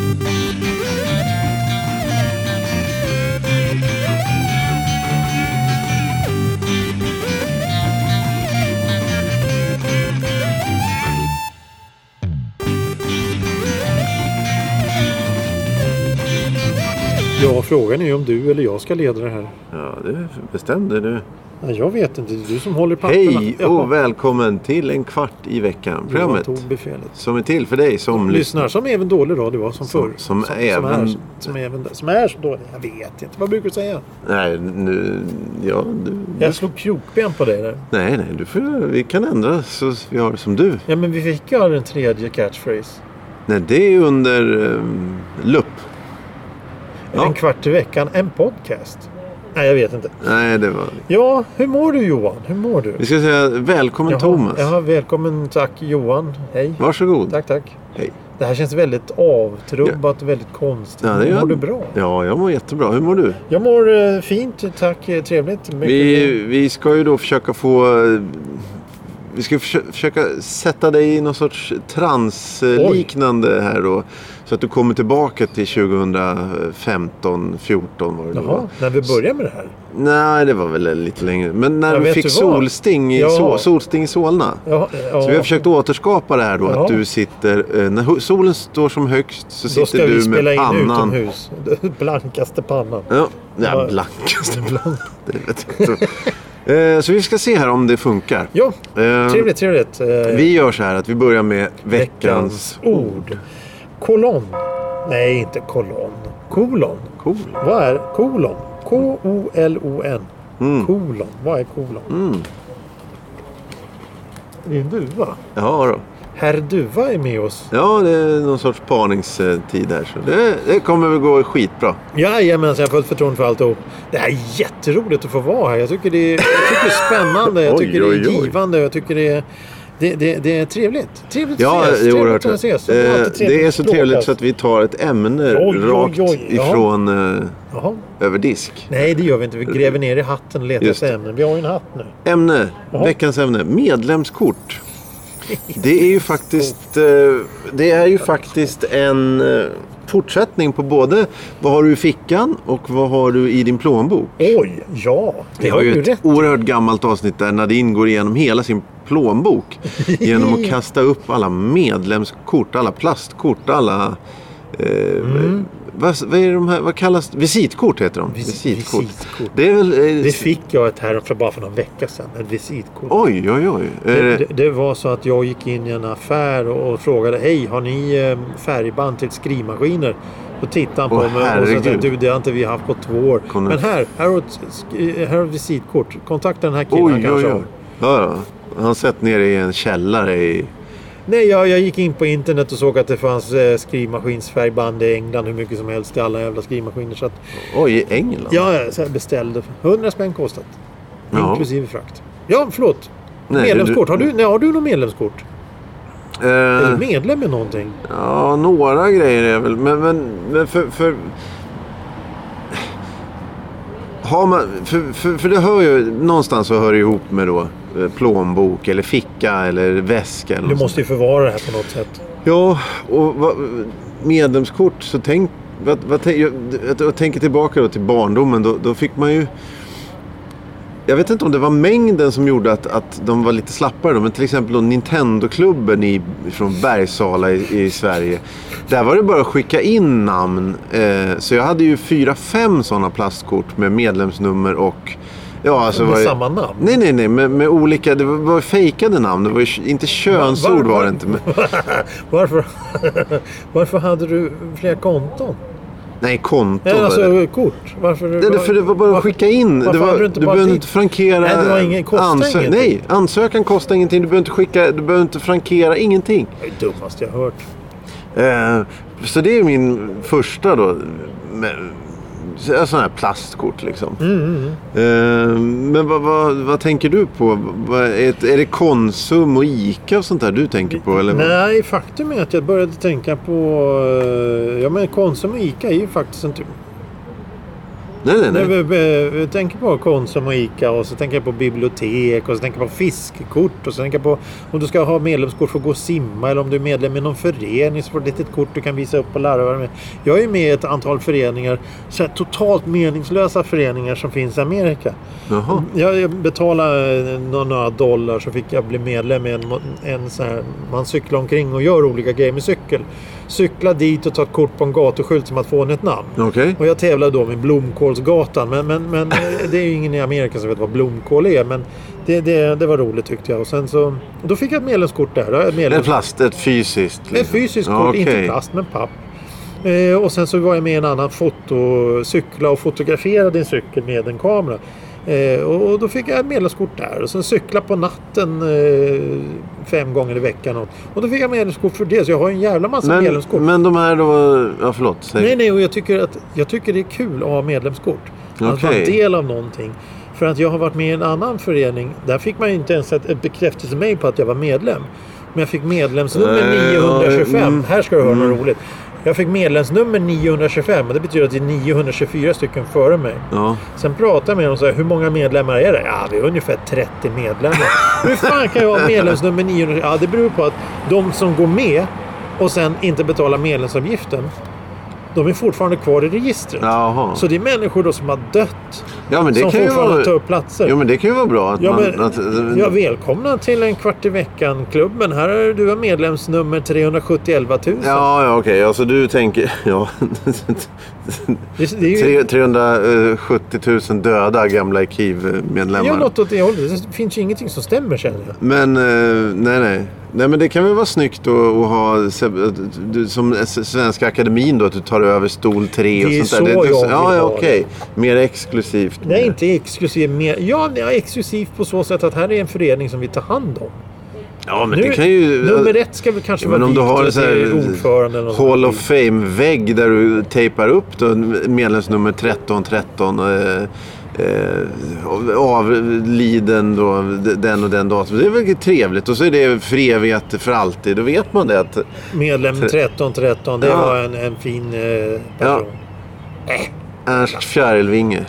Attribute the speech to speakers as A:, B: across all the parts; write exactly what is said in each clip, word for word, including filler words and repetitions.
A: Ja, frågan är om du eller jag ska leda det här.
B: Ja, det bestämde du.
A: Ja, jag vet inte, det är du som håller papperna.
B: Hej och Jaha. välkommen till En kvart i veckan. Programmet som är till för dig som
A: lyssnar. Som även dålig radio var som, som förr.
B: Som, som, även...
A: som, är, som, även, som är så dålig. Jag vet inte, vad brukar du säga?
B: Nej, nu... Ja, du,
A: jag slog krokben på dig där.
B: Nej, nej, du får, vi kan ändra så vi har det som du.
A: Ja, men vi fick ju den tredje catchphrase.
B: Nej, det är under um, lupp.
A: Ja. En kvart i veckan, en podcast. Nej, jag vet inte.
B: Nej, det var...
A: Ja, hur mår du Johan? Hur mår du?
B: Vi ska säga välkommen
A: Jaha,
B: Thomas.
A: Ja, välkommen, tack Johan. Hej.
B: Varsågod.
A: Tack, tack.
B: Hej.
A: Det här känns väldigt avtrubbat, ja. väldigt konstigt. Ja,
B: det
A: mår
B: gör...
A: du bra?
B: Ja, jag mår jättebra. Hur mår du?
A: Jag mår uh, fint, tack. Trevligt.
B: Vi, vi ska ju då försöka få... Vi ska försöka sätta dig i någon sorts transliknande här då. Så att du kommer tillbaka till tjugohundrafemton fjorton var det då.
A: Jaha, när vi började med det här?
B: Nej, det var väl lite längre. Men när
A: ja,
B: vi fick solsting i, ja. so, solsting i Solna.
A: Ja, ja.
B: Så vi har försökt återskapa det här då. Ja. Att du sitter, när solen står som högst så sitter du med pannan. Då ska vi
A: spela in utomhus. Blankaste pannan.
B: Ja, ja blankaste pannan. Det vet jag inte. Så vi ska se här om det funkar.
A: Ja, trevligt, trevligt.
B: Vi gör så här att vi börjar med veckans,
A: veckans ord. Kolon. Nej, inte kolon. Kolon.
B: Kolon.
A: Vad är kolon? K O L O N. Mm. Kolon. Vad är kolon?
B: Mm.
A: Det är en duva.
B: Ja då.
A: Herr Duva är med oss.
B: Ja, det är någon sorts parningstid här. Så det, det kommer väl gå skitbra.
A: Jajamän, så jag har fullt förtroende för alltihop. Det här är jätteroligt att få vara här. Jag tycker det är, jag tycker det är spännande. Jag tycker oj, oj, oj. det är givande. Jag tycker det är... Det, det, det är trevligt. Trevligt
B: ja,
A: att ses.
B: Det är
A: trevligt att ses.
B: Eh, det är så trevligt så att vi tar ett ämne oj, rakt oj, oj. ifrån eh, över disk.
A: Nej, det gör vi inte. Vi gräver ner i hatten och letar efter ämnen. Vi har ju en hatt nu.
B: Ämne. Jaha. Veckans ämne. Medlemskort. Det är ju faktiskt eh, det är ju faktiskt en eh, fortsättning på både vad har du i fickan och vad har du i din plånbok.
A: Oj, ja. Det
B: Vi har ju ett rätt. oerhört gammalt avsnitt där Nadine går igenom hela sin plånbok genom att kasta upp alla medlemskort, alla plastkort, alla eh, mm. vad, vad är de här, vad kallas visitkort heter de?
A: Vis- visitkort. visitkort.
B: Det är väl eh,
A: det fick jag ett här för bara för någon vecka sedan, ett visitkort.
B: Oj oj oj.
A: Det, det, det var så att jag gick in i en affär och, och frågade: "Hej, har ni eh, färgband till skrivmaskiner?" Då tittade han på
B: oh,
A: mig och sa: "Du, det har inte vi haft på två år." Kom Men här, här har ett här har ett visitkort. Kontakta den här killen
B: oj,
A: kanske.
B: Oj, oj. Ja, ja. Han sett ner i en källare i...
A: Nej, jag, jag gick in på internet och såg att det fanns eh, skrivmaskinsfärgband i England hur mycket som helst i alla jävla skrivmaskiner. Så att,
B: oj, i England?
A: Ja, så jag beställde. hundra spänn kostat. Ja. Inklusive frakt. Ja, förlåt. Nej, medlemskort. Du, har, du, nej, har du något medlemskort? Eh, är du medlem med någonting?
B: Ja, några grejer är väl. Men, men, men för... för... Har man, för, för, för det hör ju någonstans så hör det ihop med då plånbok eller ficka eller väska eller
A: du måste ju förvara det här på något sätt.
B: Ja, och vad, medlemskort så tänk vad, vad, jag, jag tänker tillbaka då till barndomen då, då fick man ju jag vet inte om det var mängden som gjorde att, att de var lite slappare då, men till exempel då Nintendo-klubben i, från Bergsala i, i Sverige. Där var det bara att skicka in namn. Eh, så jag hade ju fyra, fem sådana plastkort med medlemsnummer och... Ja, alltså
A: med
B: var,
A: samma namn?
B: Nej, nej, nej. Med, med olika... Det var, var fejkade namn. Det var ju inte könsord var, var, var det inte. Men...
A: varför, varför hade du fler konton?
B: Nej, konto.
A: Ja, alltså kort. Varför?
B: Det, det, för det var bara att skicka in. Det var, du, du behöver inte frankera.
A: Nej, det var ingen,
B: ansö-
A: ingenting.
B: Nej, ansökan kostar ingenting. Du behöver inte skicka, du behöver inte frankera ingenting.
A: Det är det dummaste jag har hört.
B: Eh, så det är min första då. Med, sån här plastkort liksom.
A: Mm, mm, mm.
B: Eh, men vad, vad, vad tänker du på? Vad, är, är det Konsum och Ica och sånt där du tänker på? Eller?
A: Nej, faktum är att jag började tänka på... Ja, men Konsum och Ica är ju faktiskt en...
B: Nej, nej, nej.
A: Jag, jag tänker på Konsum och Ica och så tänker jag på bibliotek och så tänker jag på fiskekort och så tänker jag på om du ska ha medlemskort för att gå och simma eller om du är medlem i någon förening så får du ett litet kort du kan visa upp och larva med. Jag är med i ett antal föreningar, så här, totalt meningslösa föreningar som finns i Amerika.
B: Jaha.
A: Jag betalade några dollar så fick jag bli medlem i en, en så här, man cyklar omkring och gör olika grejer med cykel. Cykla dit och ta ett kort på en gatuskylt som att få ett namn.
B: Okay.
A: Och jag tävlade då med Blomkålsgatan. Men, men, men det är ju ingen i Amerika som vet vad blomkål är. Men det, det, det var roligt tyckte jag. Och sen så, då fick jag ett medlemskort där. Ett medlemskort.
B: Ett plast, ett fysiskt?
A: Liksom. Ett fysiskt kort, okay. Inte plast men papp. Eh, och sen så var jag med i en annan foto, cykla och fotografera din cykel med en kamera. Eh, och då fick jag ett medlemskort där. Och sen cykla på natten eh, fem gånger i veckan. Och, och då fick jag medlemskort för det. Så jag har en jävla massa
B: men,
A: medlemskort.
B: Men de här då... Ja, förlåt. Säg.
A: Nej, nej. Och jag tycker, att, jag tycker det är kul att ha medlemskort.
B: Okay.
A: Att vara en del av någonting. För att jag har varit med i en annan förening. Där fick man ju inte ens ett bekräftelse mig på att jag var medlem. Men jag fick medlemsnummer niohundratjugofem. Mm, här ska du höra mm. något roligt. Jag fick medlemsnummer niohundratjugofem och det betyder att det är niohundratjugofyra stycken före mig.
B: Ja.
A: Sen pratar jag med dem och säger, hur många medlemmar är det? Ja, vi är ungefär trettio medlemmar. Hur fan kan jag ha medlemsnummer niohundra? Ja, det beror på att de som går med och sen inte betalar medlemsavgiften, de är fortfarande kvar i registret.
B: Jaha.
A: Så det är människor då som har dött.
B: Ja, men det
A: som
B: kan
A: fortfarande
B: ju vara...
A: tar upp platser.
B: Jo, men det kan ju vara bra. Att
A: ja,
B: man,
A: men,
B: att...
A: ja, välkomna till en kvart i veckan-klubben. Här är du har medlemsnummer trehundrasjuttioelva tusen.
B: Ja, ja okej. Okay. Alltså du tänker... Ja.
A: det, det är ju...
B: trehundrasjuttio tusen döda gamla Kiev-medlemmar.
A: Ja, något åt det hållet. Det finns ju ingenting som stämmer, känner jag.
B: Men, eh, nej, nej. Nej, men det kan väl vara snyggt att, att ha du, som Svenska Akademin då, att du tar över stol tre och sånt där.
A: Det är så
B: det,
A: jag
B: ja,
A: vill
B: ja,
A: ha
B: okej. Mer exklusivt.
A: Nej, inte exklusivt. Mer, ja, exklusivt på så sätt att här är en förening som vi tar hand om.
B: Ja, men
A: nu,
B: det kan ju...
A: Nummer ett ska väl kanske
B: ja,
A: vara
B: men om du har en sån här
A: ordförande eller
B: Hall of Fame-vägg där du tejpar upp då, medlemsnummer tretton tretton eh, eh, avliden då, den och den datum. Det är väldigt trevligt. Och så är det för evigt, för alltid. Då vet man det. Att,
A: medlem tretton tretton, det ja. var en, en fin eh, person.
B: Ja. Äh. Ernst Fjärilvinge.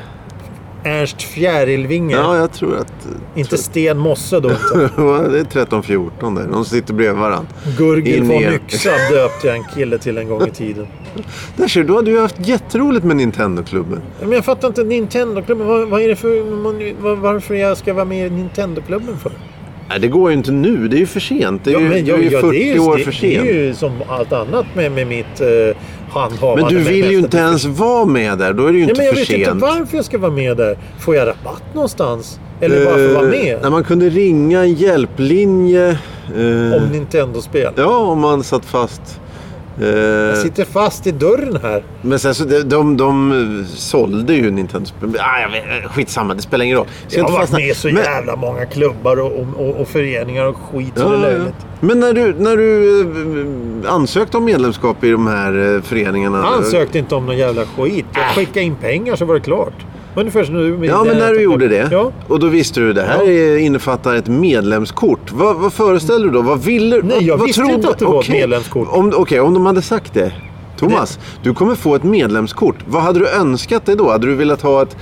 A: Ernst Fjärilvinge.
B: Ja, jag tror att...
A: Inte tror... Sten Mosse då inte.
B: Det är tretton fjorton där. De sitter bredvid varandra.
A: Gurgel von Yxa döpte jag en kille till en gång i tiden.
B: Där ser du, då hade du haft jätteroligt med Nintendo-klubben.
A: Men jag fattar inte, Nintendo-klubben, vad, vad är det för... Vad, varför jag ska vara med i Nintendo-klubben för?
B: Nej, det går ju inte nu. Det är ju för sent. Det är, ja, men, ju, ja, det är ju fyrtio
A: det är,
B: år
A: det,
B: för sent.
A: Det är ju som allt annat med, med mitt uh, handhavande.
B: Men du vill ju inte ens vara med där. Då är det ju
A: ja,
B: inte
A: men
B: för sent.
A: Jag vet inte varför jag ska vara med där. Får jag rabatt någonstans? Eller bara för att vara med?
B: Uh, när man kunde ringa en hjälplinje. Uh,
A: om Nintendo-spel.
B: Ja, om man satt fast. Uh,
A: jag sitter fast i dörren här.
B: Men sen så de, de, de sålde ju Nintendo-spel. Ah, jag vet, skitsamma, det spelar ingen roll.
A: Jag har varit med så men... jävla många klubbar och, och, och föreningar och skit så ja, det är löjligt.
B: Men när du, när du ansökte om medlemskap i de här föreningarna...
A: Jag ansökte inte om någon jävla skit. Jag skickade in pengar så var det klart. Ungefär som nu
B: ja, men när du gjorde det.
A: Ja.
B: Och då visste du det här ja. innefattar ett medlemskort. Vad, vad föreställde du då? Vad ville
A: Nej, jag
B: vad,
A: visste
B: vad
A: inte att det var
B: okay.
A: ett medlemskort.
B: Okej, okay, om de hade sagt det. Thomas, Nej. du kommer få ett medlemskort. Vad hade du önskat dig då? Hade du velat ha ett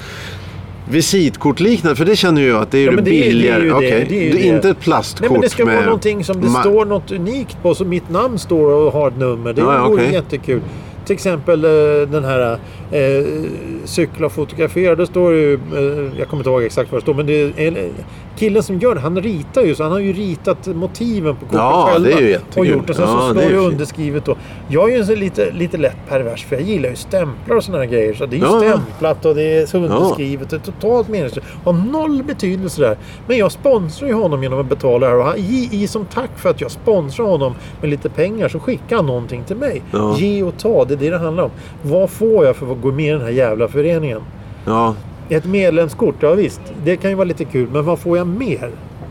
B: visitkort liknande? För det känner ju jag att det är ja, det billigare. Det är, okay. det, det är, det är inte ett plastkort. Nej,
A: men det ska
B: med...
A: vara någonting som det Ma- står något unikt på. Så mitt namn står och har ett nummer. Det ja, vore okay. jättekul. Till exempel den här eh, cykla och fotografera. Det står ju, eh, jag kommer inte ihåg exakt vad det står, men det är, killen som gör det, han ritar ju, så han har ju ritat motiven på kortet
B: ja,
A: själva.
B: Det är ju jättekul.
A: Och gjort det, så,
B: ja,
A: så står
B: det,
A: det underskrivet då. Jag är ju en så lite, lite lätt pervers, för jag gillar ju stämplar och sådana här grejer. Så det är ju ja, stämplat och det är så underskrivet. Ja. Det är totalt meningslöst. Har noll betydelse där. Men jag sponsrar ju honom genom att betala det här. Och han, i, i som tack för att jag sponsrar honom med lite pengar så skickar han någonting till mig. Ja. Ge och ta, det är det det handlar om. Vad får jag för att gå med i den här jävla föreningen?
B: Ja.
A: Ett medlemskort, ja visst. Det kan ju vara lite kul, men vad får jag mer?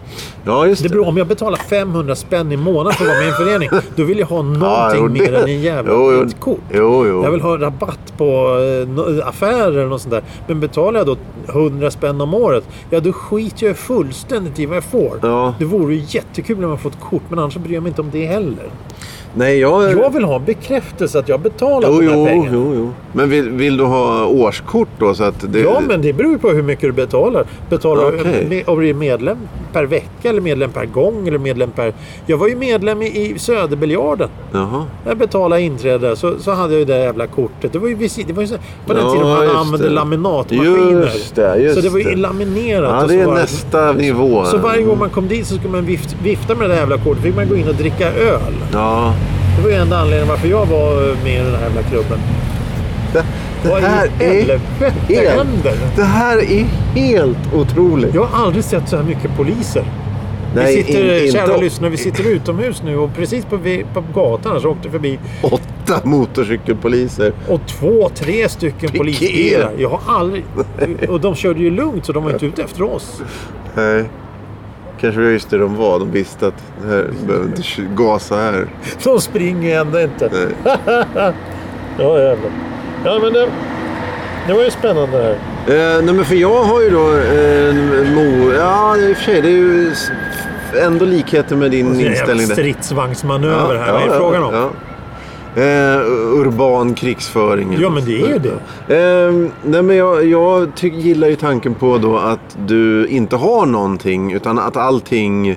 B: Ja, just det.
A: Det beror, om jag betalar femhundra spänn i månaden för att vara med i en förening, då vill jag ha någonting ja, mer än en jävla
B: jo, jo.
A: kort.
B: Jo, jo.
A: Jag vill ha rabatt på äh, affärer eller något sånt där. Men betalar jag då hundra spänn om året, ja då skiter jag fullständigt i vad jag får.
B: Ja.
A: Det vore ju jättekul om man får ett kort, men annars bryr jag mig inte om det heller.
B: Nej, jag...
A: Jag vill ha bekräftelse att jag betalar
B: jo,
A: de här
B: jo,
A: pengarna.
B: Jo, jo. Men vill, vill du ha årskort då? Så att det...
A: Ja, men det beror ju på hur mycket du betalar. Betalar
B: Okay.
A: med, om du är medlem per vecka eller medlem per gång eller medlem per... Jag var ju medlem i, i Söderbiljarden.
B: Jaha.
A: Jag betalade inträde så, så hade jag ju det jävla kortet. Det var ju visit, det var ju så, på den
B: Ja,
A: tiden man
B: just
A: använde
B: det.
A: laminatmaskiner.
B: Just det, just
A: så det var ju
B: det.
A: laminerat.
B: Ja,
A: och
B: det
A: så
B: är
A: var
B: nästa nivå.
A: Så varje gång man kom dit så skulle man vift, vifta med det där jävla kortet. Fick man gå in och dricka öl.
B: Ja.
A: Det var ju enda anledningen varför jag var med i den här jävla klubben.
B: Det, det
A: Vad
B: här
A: i
B: är
A: helvete
B: helt,
A: händer?
B: det här är helt otroligt.
A: Jag har aldrig sett så här mycket poliser.
B: Nej,
A: vi sitter,
B: in,
A: kära
B: inte...
A: lyssnare, vi sitter utomhus nu och precis på, på gatan så åkte förbi
B: Åtta motorcykelpoliser.
A: och två, tre stycken
B: Piké.
A: polisbilar. Jag har aldrig... Och de körde ju lugnt så de var inte ute efter oss.
B: Nej. Kanske det var just det de var. De visste att det här behöver inte gasa här.
A: De springer ju ändå inte.
B: Nej.
A: Ja, jävlar. Ja, men det, det var ju spännande det här.
B: Eh, nej men för jag har ju då eh, mo... Ja, i och för sig. Det är ju ändå likheter med din inställning.
A: Stridsvagnsmanöver
B: ja,
A: här. Vad är
B: ja,
A: frågan om?
B: Ja. Eh, urban krigsföring.
A: Ja, men det är ju det.
B: Eh, nej men jag, jag ty- gillar ju tanken på då att du inte har någonting utan att allting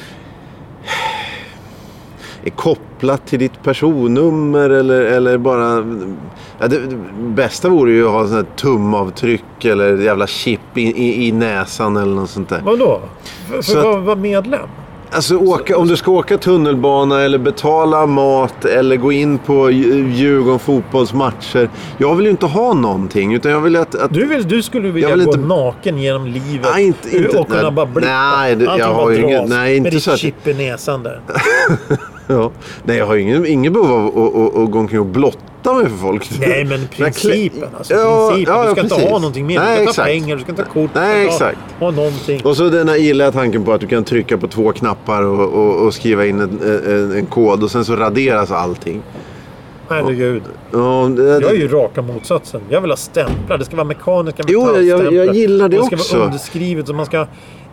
B: är kopplat till ditt personnummer eller, eller bara... Ja, det, det bästa vore ju att ha sån här tumavtryck eller jävla chip i, i, i näsan eller något sånt där.
A: Vadå? För,
B: Så
A: för
B: att-
A: att vara medlem?
B: Alltså åka, om du ska åka tunnelbana eller betala mat eller gå in på Djurgården fotbollsmatcher. Jag vill ju inte ha någonting utan jag vill att... att
A: Du, vill, du skulle vilja
B: Jag vill
A: gå
B: inte-
A: naken genom livet
B: Nej, inte- inte-
A: och kunna
B: nej,
A: bara blippa.
B: nej, det- jag
A: Allting
B: har
A: bara
B: ju ingen-
A: dras
B: nej, inte
A: med
B: så
A: ditt
B: att-
A: chip i näsan där.
B: ja. Nej, jag har ju ingen, ingen behov av att, att, att gå omkring och blotta mig för folk.
A: Nej, men principen. Alltså,
B: Ja,
A: principen.
B: ja,
A: Du ska
B: precis.
A: inte ha någonting mer.
B: Nej,
A: Du ska ta
B: exakt.
A: pengar, du ska inte ha kort.
B: Nej,
A: du ska
B: exakt.
A: Ha, ha någonting.
B: Och så den här gillar tanken på att du kan trycka på två knappar och, och, och skriva in en, en, en kod och sen så raderas allting.
A: Herregud.
B: Ja, det,
A: Jag är ju raka motsatsen. Jag vill ha stämplar. Det ska vara mekaniska
B: Jo, jag- jag-
A: metallstämplar.
B: jag gillar det
A: Och det ska
B: också.
A: vara underskrivet så man ska...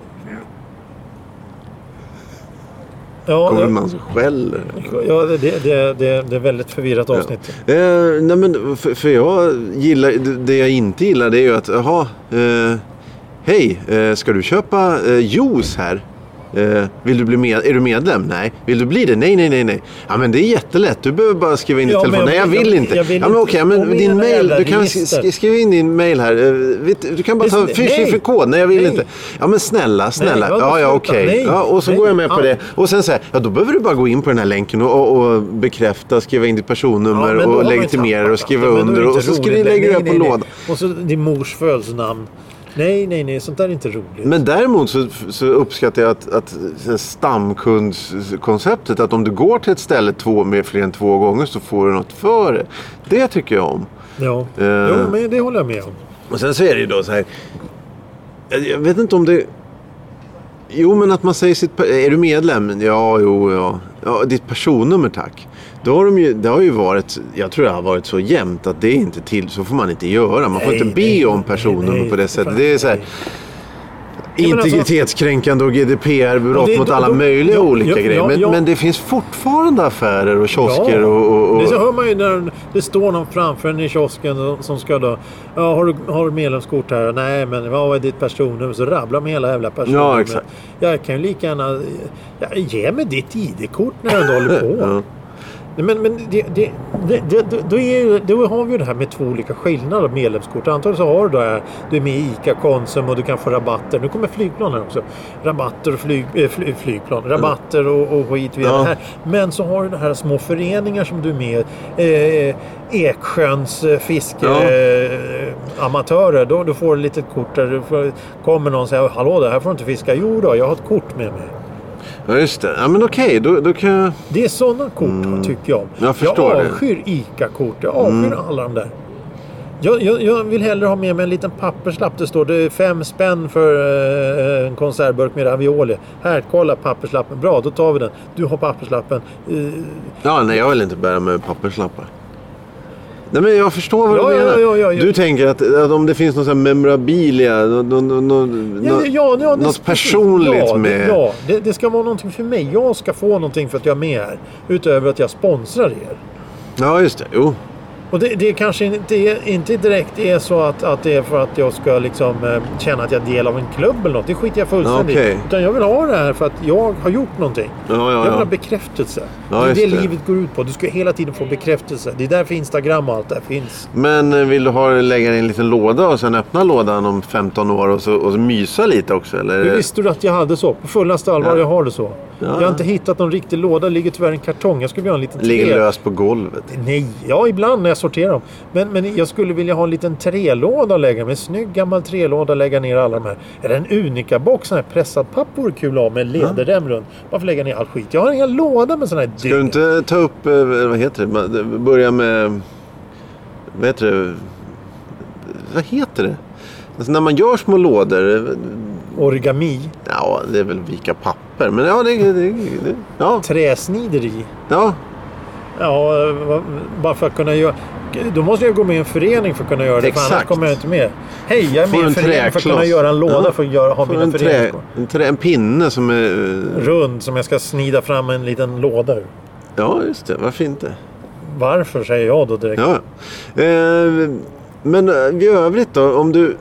A: Ja,
B: kommer
A: ja,
B: man så skäller.
A: ja det, det, det, det, det är väldigt förvirrat avsnitt.
B: Eh, nej men för, för jag gillar, det, det jag inte gillar det är ju att, jaha, eh, hej, eh, ska du köpa eh, juice här? Eh, vill du bli med, är du medlem? Nej. Vill du bli det? Nej, nej, nej, nej. Ja, men det är jättelätt. Du behöver bara skriva in
A: Ja,
B: i telefon.
A: men
B: Nej,
A: jag
B: jag
A: vill-
B: vill
A: jag-
B: inte.
A: jag vill
B: ja, men
A: inte
B: okej,
A: få
B: men
A: med
B: din
A: den
B: mail,
A: jävla
B: du kan
A: register.
B: sk- skriva in din mail här. Eh, vet, du kan bara ta
A: Nej.
B: fyra för kod. Nej, jag vill
A: Nej.
B: inte. Ja, men snälla, snälla.
A: vadå,
B: ja, ja,
A: sluta.
B: okej.
A: Nej.
B: Ja, och så
A: Nej.
B: går jag med på
A: Ja.
B: det. Och sen så här, ja, då behöver du bara gå in på den här länken och, och, och bekräfta, skriva in ditt personnummer
A: Ja, men då har
B: och
A: man ju
B: legitimera
A: tappat
B: och skriva
A: allt. Men då är
B: under.
A: det
B: Och
A: inte
B: så ska
A: roligt.
B: du lägga
A: Nej,
B: det på
A: nej, nej.
B: lådan.
A: Och så din mors födelsenamn. Nej, nej, nej. Sånt där är inte roligt.
B: Men däremot så, så uppskattar jag att, att stamkundskonceptet, att om du går till ett ställe två, med fler än två gånger så får du något för det. Det tycker jag om.
A: Ja,
B: Eh.
A: jo, men det håller jag med om.
B: Och sen så är det ju då så här. Jag, jag vet inte om det... Jo, men att man säger sitt... Är du medlem? Ja, jo, ja. Ja, ditt personnummer, tack. Då har de ju, det har ju varit... Jag tror det har varit så jämnt att det är inte till... Så får man inte göra. Man får
A: Nej,
B: inte be
A: nej,
B: om
A: nej,
B: personnummer
A: nej,
B: på det
A: för
B: sättet.
A: fan,
B: Det är så här...
A: nej. Ja, men alltså-
B: Integritetskränkande och G D P R-brott
A: Och det-
B: mot
A: då-
B: alla
A: då-
B: möjliga
A: ja,
B: olika
A: ja,
B: grejer.
A: ja,
B: Men,
A: ja.
B: men det finns fortfarande affärer och kiosker och... och, och
A: Det så hör man ju när det står någon framför en i kiosken som ska då... Ja, har du, har du medlemskort här? Nej, men vad är ditt personnummer? Så rabblar med hela jävla personnummer.
B: Ja, exakt.
A: Jag kan ju lika gärna... Ja, ge mig ditt I D-kort när du ändå håller på.
B: Ja.
A: Men, men det, det, det, det, då, är ju, då har vi ju det här med två olika skillnader av medlemskort. Antagligen så har du det här, du är med i ICA, Konsum och du kan få rabatter. Nu kommer flygplan här också. Rabatter och flyg, äh, fly, flygplan. Rabatter och, och skit via
B: Ja.
A: det här. Men så har du det här små föreningar som du är med eh, Eksjöns eh, fiske
B: Ja.
A: eh, amatörer. Då, då får du ett litet kort där du får, kommer någon och säger hallå, det här får du inte fiska. Jo då, jag har ett kort med mig.
B: Ja, just det. Ja, men okej. Då, då kan jag...
A: Det är sådana kort tycker jag om.
B: Jag förstår
A: jag
B: det.
A: avskyr ICA-kort. Jag avskyr alla de där. Jag, jag, jag vill hellre ha med mig en liten papperslapp. Det står det är fem spänn för eh, en konservburk med ravioli. Här, kolla papperslappen. Bra, då tar vi den. Du har papperslappen. Eh,
B: Ja, nej, jag vill inte bära med papperslappar. Nej, men jag förstår vad
A: ja,
B: du menar.
A: Ja, ja, ja, ja.
B: Du tänker att, att om det finns någon sån här memorabilia, no, no, no, no,
A: ja, ja, ja,
B: något
A: det,
B: personligt
A: ja,
B: med...
A: Ja, det, det ska vara någonting för mig. Jag ska få någonting för att jag är med här. Utöver att jag sponsrar er.
B: Ja, just det. Jo.
A: Och det, det kanske inte, inte direkt är så att, att det är för att jag ska liksom, eh, känna att jag är del av en klubb eller något. Det skiter jag fullständigt.
B: Okay.
A: Utan jag vill ha det här för att jag har gjort någonting.
B: Ja, ja,
A: jag vill
B: ja.
A: ha bekräftelse.
B: Ja,
A: det är det,
B: det
A: livet går ut på. Du ska hela tiden få bekräftelse. Det är därför Instagram och allt det här finns.
B: Men vill du ha lägga i en liten låda och sen öppna lådan om femton år och så, och så mysa lite också? Eller?
A: Hur visste du att jag hade så? På fullaste allvar,
B: ja.
A: jag har det så.
B: Ja.
A: Jag har inte hittat någon riktig låda. Det ligger tyvärr en kartong. Jag skulle vilja ha en liten
B: Ligger
A: tre.
B: lös på golvet.
A: Nej, ja ibland när jag sorterar dem. Men, men jag skulle vilja ha en liten trelåda att lägga med. En snygg gammal trelåda att lägga ner alla de här. Eller en unika-box, sån här pressad papp vore kul att ha med en lederrem runt. Varför lägga ner all skit? Jag har inga låda med sån här
B: Ska du inte ta upp, vad heter det? Börja med, vad heter det? Vad heter det? Alltså när man gör små lådor.
A: Origami.
B: Ja, det är väl vika papper. Men ja, det, det, det ja.
A: Träsnideri.
B: Ja.
A: Ja, bara för att kunna göra... Då måste jag gå med i en förening för att kunna göra det.
B: Exakt.
A: För annars kommer jag inte med. Hej, jag är med i en, en förening för att kunna göra en låda ja. för att göra, ha mina
B: en, trä, en, trä, en pinne som är...
A: rund som jag ska snida fram en liten låda ur.
B: Ja, just det. Varför inte?
A: Varför, säger jag då direkt.
B: Ja. Eh, men i övrigt då, om du...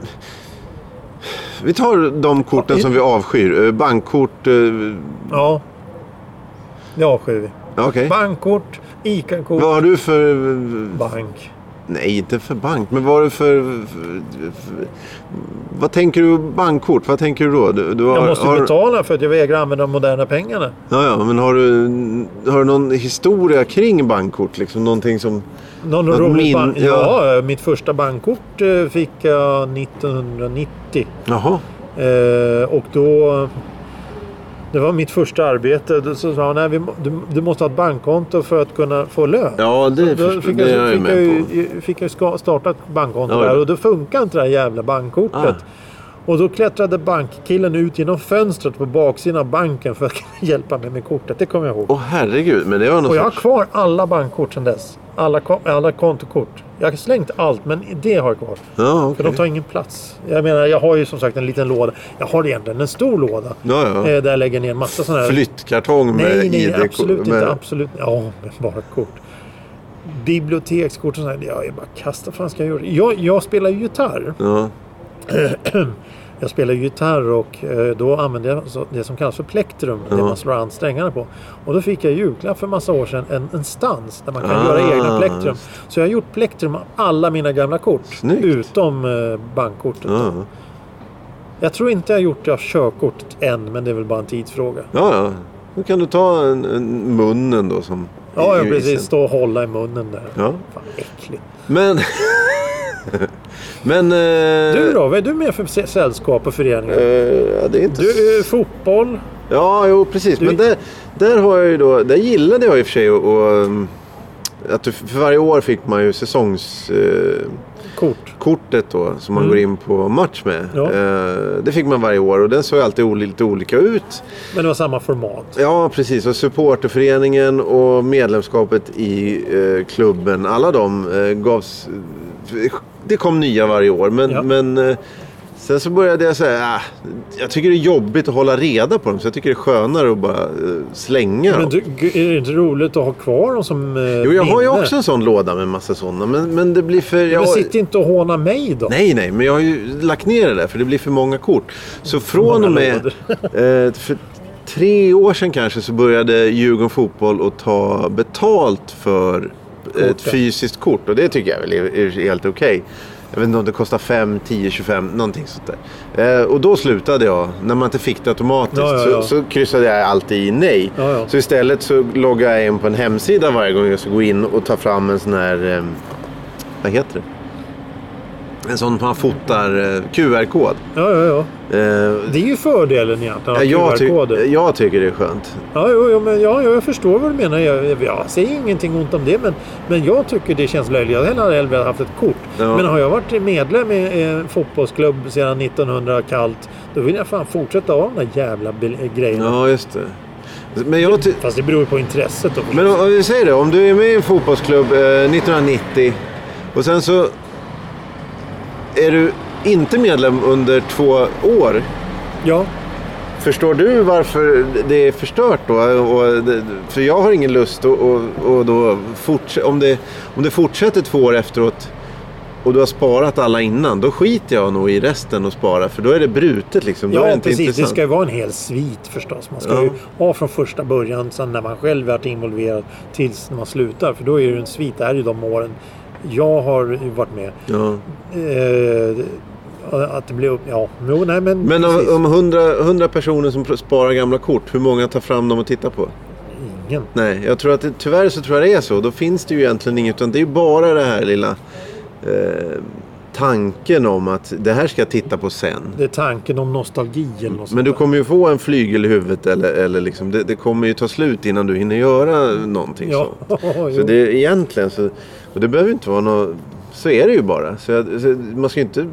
B: Vi tar de korten ja, som vi avskyr. Bankkort... Eh...
A: Ja. Det avskyr vi.
B: Okay.
A: Bankkort, ICA-kort.
B: Vad har du för...
A: Bank.
B: Nej, inte för bank. Men vad har du för... för, för vad tänker du bankkort? Vad tänker du då? Du, du har,
A: jag måste
B: har...
A: betala för att jag vägrar använda de moderna pengarna.
B: Ja, ja. Men har du, har du någon historia kring bankkort? Liksom någonting som...
A: Någon rolig min... bank... Ja. ja, mitt första bankkort fick jag nittonhundranittio.
B: Jaha.
A: Eh, och då... Det var mitt första arbete. Då sa han, nej, vi, du, du måste ha ett bankkonto för att kunna få lön.
B: Ja, det,
A: då
B: först,
A: fick
B: det
A: jag,
B: är jag
A: fick
B: med
A: jag,
B: på.
A: Fick jag starta ett bankkonto
B: ja,
A: där och då funkar inte det här jävla bankkortet. Ah. Och då klättrade bankkillen ut genom fönstret på baksidan av banken för att hjälpa mig med kortet. Det kommer jag ihåg.
B: Åh oh, herregud, men det var något.
A: Och jag har kvar alla bankkort sedan dess. Alla, alla kontokort. Jag har slängt allt, men det har jag kvar.
B: Ja, okay.
A: För de tar ingen plats. Jag menar, jag har ju som sagt en liten låda. Jag har egentligen en stor låda.
B: Ja, ja.
A: Där jag lägger ner en massa sådana här...
B: Flyttkartong med
A: nej, nej,
B: I D.
A: absolut
B: med...
A: inte. Absolut. Ja, med bara kort. Bibliotekskort och sådär. Ja, jag bara kastar. Fan ska jag göra? Jag, jag spelar ju gitarr.
B: Ja.
A: Jag spelar gitarr och då använde jag det som kallas för plektrum. Ja. Det man slår an strängarna på. Och då fick jag julklapp för massa år sedan en, en stans där man kan ah, göra egna plektrum. Så jag har gjort plektrum av alla mina gamla kort.
B: Snyggt.
A: Utom bankkortet.
B: Ja.
A: Jag tror inte jag har gjort det av körkortet än, men det är väl bara en tidsfråga.
B: Ja, ja. Då kan du ta en, en munnen då som...
A: Ja, jag precis. Stå och hålla i munnen där.
B: Ja.
A: Fan, äckligt.
B: Men... Men, eh,
A: du då? Vad är du med för sällskap och föreningar?
B: Eh, ja, det är inte...
A: Du, eh, fotboll?
B: Ja, jo, precis. Du... Men där, där har jag ju då... Där gillade jag i och för sig och, och att du, för varje år fick man ju säsongs... Eh,
A: Kort.
B: Kortet då, som man mm. går in på match med.
A: Ja.
B: Eh, det fick man varje år och den såg alltid ol- lite olika ut.
A: Men det var samma format.
B: Ja, precis. Och supporterföreningen och medlemskapet i eh, klubben, alla de eh, gavs... Det kom nya varje år, men, ja. men eh, sen så började jag säga äh, jag tycker det är jobbigt att hålla reda på dem, så jag tycker det är skönare att bara eh, slänga
A: men
B: dem.
A: Du, är det inte roligt att ha kvar dem som eh,
B: Jo, jag
A: minne?
B: har ju också en sån låda med en massa sådana, men, men det blir för...
A: Men
B: jag,
A: sitter inte och håna mig då?
B: Nej, nej, men jag har ju lagt ner det där för det blir för många kort. Så från och med eh, för tre år sedan kanske så började Djurgården Fotboll att ta betalt för Kort, ett fysiskt kort, och det tycker jag väl är, är helt okej. Okay. Jag vet inte om det kostar fem, tio, tjugofem, någonting sånt där. Eh, och då slutade jag, när man inte fick det automatiskt, ja, ja, ja. Så, så kryssade jag alltid i nej. Ja, ja. Så istället så loggar jag in på en hemsida varje gång jag ska gå in och ta fram en sån här, eh, vad heter det? En sån man fotar eh, Q R-kod.
A: Ja, ja, ja.
B: Eh,
A: det är ju fördelen egentligen.
B: Jag, ty- jag tycker det är skönt.
A: Ja, jo, jo, men ja, jag förstår vad du menar. Jag, jag säger ingenting ont om det, men, men jag tycker det känns löjligt. Jag hade hellre haft ett kort. Ja. Men har jag varit medlem i en fotbollsklubb sedan nittonhundra kallt, då vill jag fan fortsätta av de där jävla grejerna.
B: Ja, just det. Men jag ty-
A: Fast det beror på intresset. Också.
B: Men om vi säger det, om du är med i en fotbollsklubb eh, nittonhundranittio Och sen så är du inte medlem under två år.
A: Ja.
B: Förstår du varför det är förstört då? Och det, för jag har ingen lust och, och, och då forts- om, det, om det fortsätter två år efteråt och du har sparat alla innan, då skiter jag nog i resten och spara, för då är det brutet liksom. Då
A: Ja,
B: är det inte
A: precis.
B: intressant.
A: Det ska ju vara en hel svit förstås. Man ska
B: Ja.
A: ju ha från första början, sen när man själv varit involverad tills när man slutar. För då är det en svit. Det här är ju de åren jag har ju varit med.
B: Ja.
A: Eh, att det blir upp... Ja, jo, nej men...
B: Men om, om hundra, hundra personer som sparar gamla kort, hur många tar fram dem och tittar på?
A: Ingen.
B: Nej, jag tror att det, tyvärr så tror jag det är så. Då finns det ju egentligen inget, utan det är ju bara det här lilla eh, tanken om att det här ska jag titta på sen.
A: Det är tanken om nostalgi eller något.
B: Men du kommer ju få en flygel i huvudet eller, eller liksom, det, det kommer ju ta slut innan du hinner göra någonting
A: Ja,
B: sånt.
A: jo.
B: Så det är egentligen så, och det behöver inte vara något, så är det ju bara. Så, jag, så man ska ju inte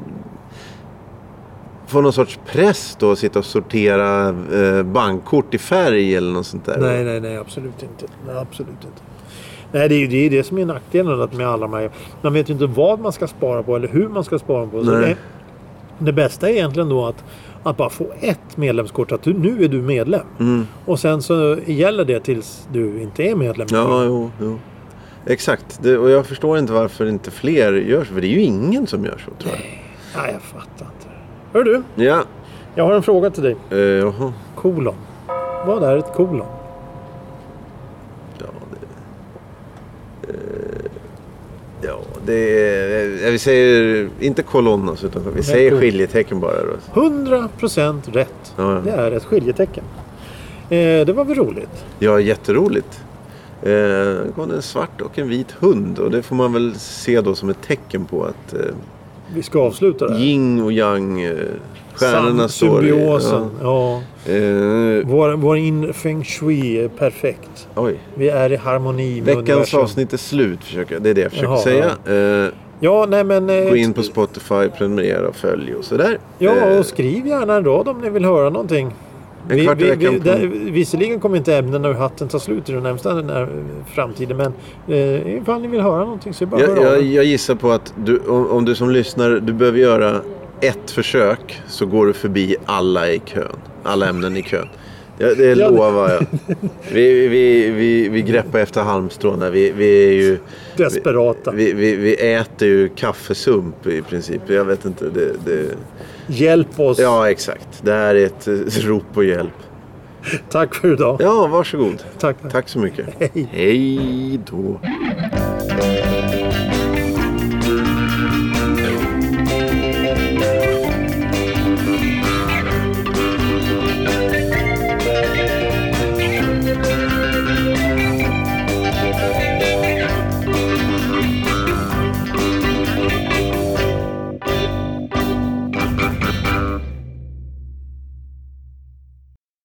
B: få någon sorts press då att sitta och sortera eh, bankkort i färg eller något sånt där.
A: Nej, nej, nej, absolut inte. Nej, absolut inte. Nej, det är ju det, är det som är nackdelen med alla de här. Man vet ju inte vad man ska spara på eller hur man ska spara på. Så det, det bästa är egentligen då att, att bara få ett medlemskort. Att du, nu är du medlem.
B: Mm.
A: Och sen så gäller det tills du inte är medlem.
B: Ja, jo, jo. Exakt. Det, och jag förstår inte varför inte fler gör så. För det är ju ingen som gör så, tror jag.
A: Nej, nej jag fattar inte. Hör du,
B: Ja.
A: jag har en fråga till dig.
B: Uh, jaha.
A: Kolon. Vad är ett kolon?
B: Ja, det... Uh, ja, det är... Vi säger inte kolonnos, utan vi säger skiljetecken bara då.
A: hundra procent rätt.
B: Ja, ja.
A: Det är ett skiljetecken. Eh, det var väl roligt?
B: Ja, jätteroligt. Eh, det kom en svart och en vit hund. Och det får man väl se då som ett tecken på att eh,
A: Vi ska avsluta det här.
B: yin och yang, eh, stjärnorna
A: Sam-
B: står i...
A: Symbiosen. Ja.
B: Ja. Eh,
A: Vår, vår in feng shui är perfekt.
B: oj.
A: Vi är i harmoni med
B: Veckans
A: universum.
B: avsnitt är slut, försöker. Det är det jag försöker
A: Jaha,
B: säga. Eh,
A: Ja, nej men... eh,
B: gå in på Spotify, prenumerera och följ och sådär.
A: Ja,
B: Eh,
A: och skriv gärna en rad om ni vill höra någonting.
B: En
A: Vi,
B: kvart i
A: vi,
B: veckan
A: vi,
B: på-
A: där, visserligen kommer inte ämnena ur hatten ta slut i den närmsta den här framtiden. Men eh, ifall ni vill höra någonting så är det bara att
B: jag,
A: höra av
B: jag,
A: er.
B: jag gissar på att du, om, om du som lyssnar, du behöver göra ett försök, så går du förbi alla i kön. Alla ämnen i kön. Ja, det
A: Ja,
B: lovar jag. Vi, vi, vi, vi greppar efter halmstrån där. Vi, vi är ju...
A: Desperata.
B: Vi, vi, vi äter ju kaffesump i princip. Jag vet inte. Det, det...
A: Hjälp oss.
B: Ja, exakt. Det här är ett eh, rop på hjälp.
A: Tack för idag.
B: Ja, varsågod.
A: Tack.
B: Tack så mycket.
A: Hej.
B: Hej då.